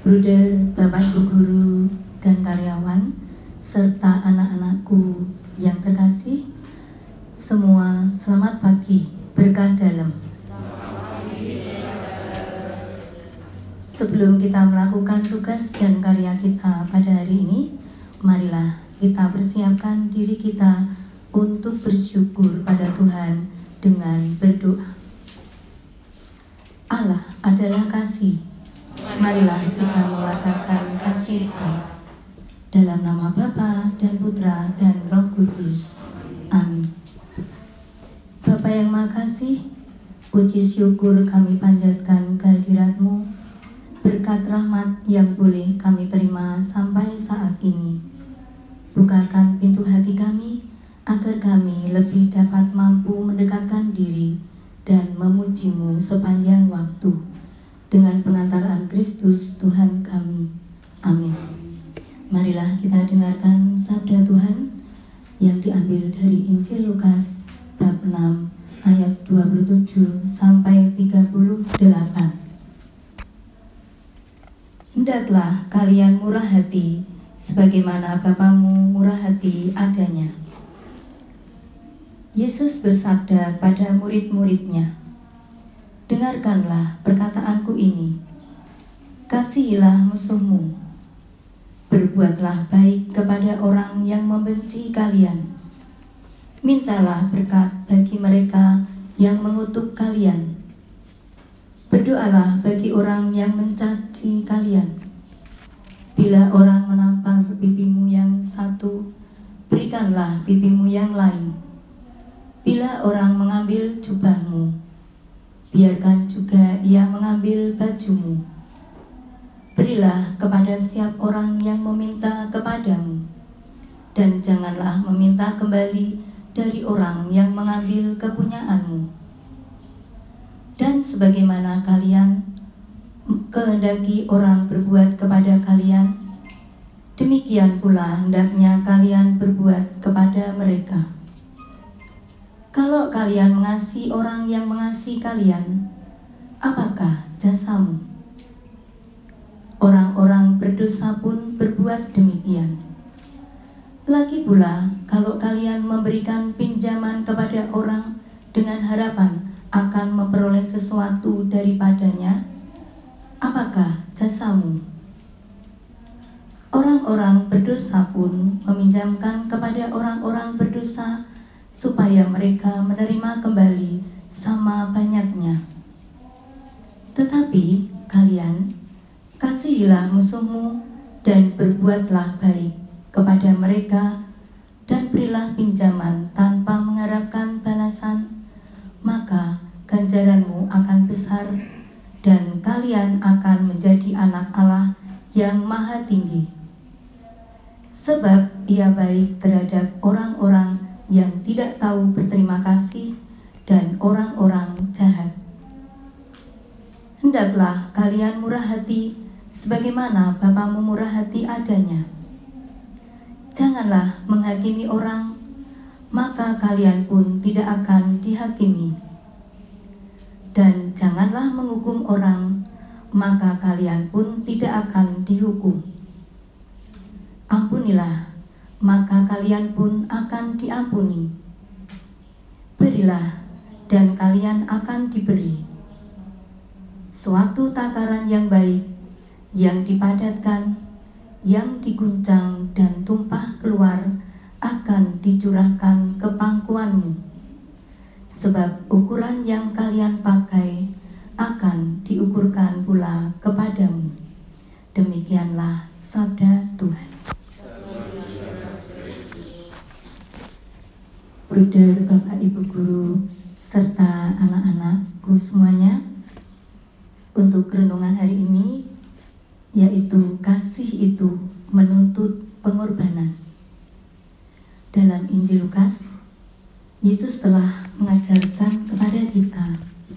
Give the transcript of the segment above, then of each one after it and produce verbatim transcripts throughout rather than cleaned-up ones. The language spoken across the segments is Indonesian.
Bruder, Bapak Ibu Guru, dan karyawan, serta anak-anakku yang terkasih, semua selamat pagi, berkah dalam. Sebelum kita melakukan tugas dan karya kita pada hari ini, marilah kita persiapkan diri kita untuk bersyukur pada Tuhan dengan berdoa. Allah adalah kasih. Marilah kita mewartakan kasih Allah. Dalam nama Bapa dan Putra dan Roh Kudus. Amin. Bapa yang Maha Kasih, puji syukur kami panjatkan kehadirat-Mu, berkat rahmat yang boleh kami terima sampai saat ini. Bukakan pintu hati kami, agar kami lebih dapat mampu mendekatkan diri dan memuji-Mu sepanjang waktu. Dengan pengantaran Kristus Tuhan kami. Amin. Marilah kita dengarkan sabda Tuhan yang diambil dari Injil Lukas bab enam ayat dua puluh tujuh sampai tiga puluh delapan. Hendaklah kalian murah hati sebagaimana Bapamu murah hati adanya. Yesus bersabda pada murid-muridnya, dengarkanlah perkataanku ini, kasihilah musuhmu, berbuatlah baik kepada orang yang membenci kalian, mintalah berkat bagi mereka yang mengutuk kalian, berdoalah bagi orang yang mencaci kalian. Bila orang menampar pipimu yang satu, berikanlah pipimu yang lain. Bila orang mengambil jubahmu, biarkan juga ia mengambil bajumu. Berilah kepada setiap orang yang meminta kepadamu, dan janganlah meminta kembali dari orang yang mengambil kepunyaanmu. Dan sebagaimana kalian kehendaki orang berbuat kepada kalian, demikian pula hendaknya kalian berbuat kepada mereka. Kalau kalian mengasihi orang yang mengasihi kalian, apakah jasamu? Orang-orang berdosa pun berbuat demikian. Lagi pula, kalau kalian memberikan pinjaman kepada orang dengan harapan akan memperoleh sesuatu daripadanya, apakah jasamu? Orang-orang berdosa pun meminjamkan kepada orang-orang berdosa supaya mereka menerima kembali sama banyaknya. Tetapi kalian kasihilah musuhmu dan berbuatlah baik kepada mereka, dan berilah pinjaman tanpa mengharapkan balasan, maka ganjaranmu akan besar dan kalian akan menjadi anak Allah yang Maha Tinggi. Sebab Ia baik terhadap orang-orang yang tidak tahu berterima kasih dan orang-orang jahat. Hendaklah kalian murah hati sebagaimana Bapamu murah hati adanya. Janganlah menghakimi orang, maka kalian pun tidak akan dihakimi. Dan janganlah menghukum orang, maka kalian pun tidak akan dihukum. Ampunilah, maka kalian pun akan diampuni. Berilah, dan kalian akan diberi. Suatu takaran yang baik, yang dipadatkan, yang diguncang dan tumpah keluar, akan dicurahkan ke pangkuanmu. Sebab ukuran yang kalian pakai akan diukurkan pula kepadamu. Demikianlah sabda Tuhan. Bruder, Bapak, Ibu Guru, serta anak-anakku semuanya, untuk renungan hari ini, yaitu kasih itu menuntut pengorbanan. Dalam Injil Lukas, Yesus telah mengajarkan kepada kita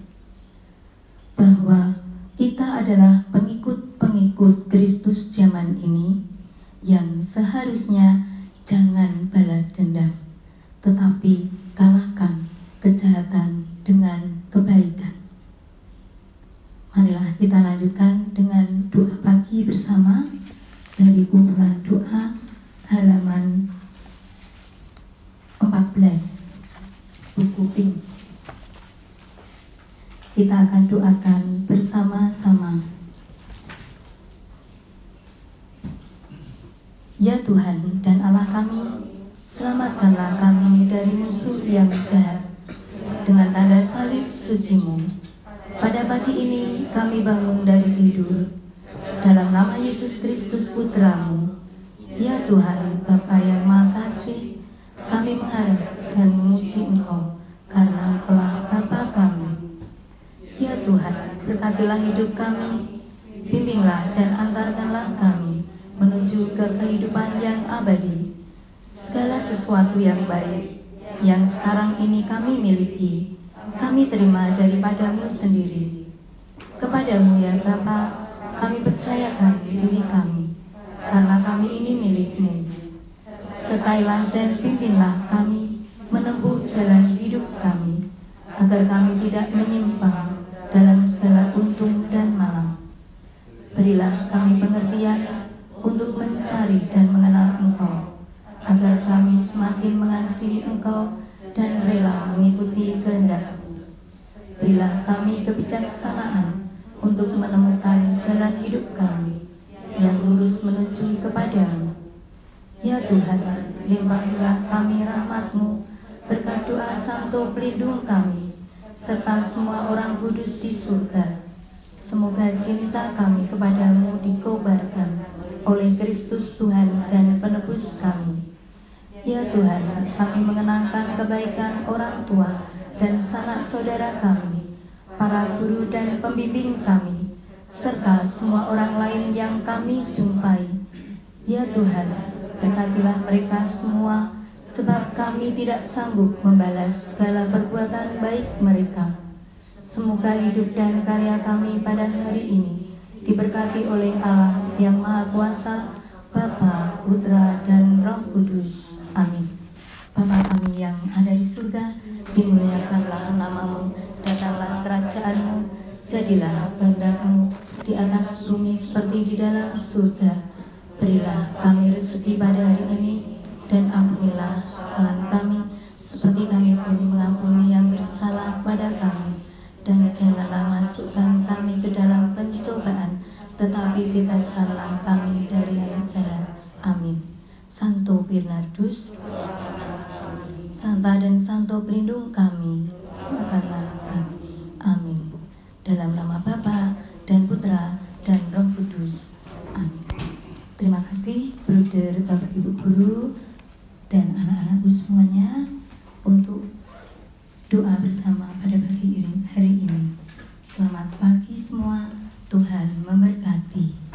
bahwa kita adalah pengikut-pengikut Kristus zaman ini yang seharusnya jangan balas dendam, tetapi kalahkan kejahatan dengan kebaikan. Marilah kita lanjutkan dengan doa pagi berbagi bersama dari kumpulan doa halaman empat belas buku pink. Kita akan doakan bersama-sama. Ya Tuhan dan Allah kami, selamatkanlah kami dari musuh yang jahat dengan tanda salib suci-Mu. Pada pagi ini kami bangun dari tidur dalam nama Yesus Kristus Putra-Mu. Ya Tuhan, Bapa yang Maha Kasih, kami mengharap dan memuji Engkau karena Engkaulah Bapa kami. Ya Tuhan, berkatilah hidup kami, bimbinglah dan antarkanlah kami menuju ke kehidupan yang abadi. Segala sesuatu yang baik yang sekarang ini kami miliki, kami terima daripadamu sendiri. Kepadamu ya Bapa, kami percayakan diri kami, karena kami ini milik-Mu. Sertailah dan pimpinlah kami menempuh jalan hidup kami, agar kami tidak menyimpang dalam segala untung dan malang. Berilah kami pengertian untuk mencari dan mengenal Engkau, agar kami semakin mengasihi Engkau dan rela mengikuti kehendak-Mu. Berilah kami kebijaksanaan untuk menemukan jalan hidup kami yang lurus menuju kepada-Mu. Ya Tuhan, limpahkanlah kami rahmat-Mu berkat doa Santo Pelindung kami, serta semua orang kudus di surga. Semoga cinta kami kepada-Mu dikobarkan oleh Kristus Tuhan dan penebus kami. Ya Tuhan, kami mengenangkan kebaikan orang tua dan sanak saudara kami, para guru dan pembimbing kami, serta semua orang lain yang kami jumpai. Ya Tuhan, berkatilah mereka semua, sebab kami tidak sanggup membalas segala perbuatan baik mereka. Semoga hidup dan karya kami pada hari ini diberkati oleh Allah yang Maha Kuasa, Bapa, Putra, dan Roh Kudus. Amin. Bapa kami yang ada di surga, dimuliakanlah nama-Mu, datanglah kerajaan-Mu, jadilah kehendak-Mu di atas bumi seperti di dalam surga. Berilah kami rezeki pada hari ini, dan ampunilah kesalahan kami, seperti kami pun mengampuni yang bersalah kepada kami. Dan janganlah masukkan kami ke dalam pencobaan, tetapi bebaskanlah kami dari yang jahat. Amin. Santo Bernardus, Santa dan Santo Pelindung kami, doakanlah kami. Amin. Dalam nama Bapa dan Putra dan Roh Kudus. Amin. Terima kasih Bruder, Bapak Ibu Guru, dan anak-anakku semuanya untuk doa bersama pada pagi hari ini. Selamat pagi semua, Tuhan memberkati.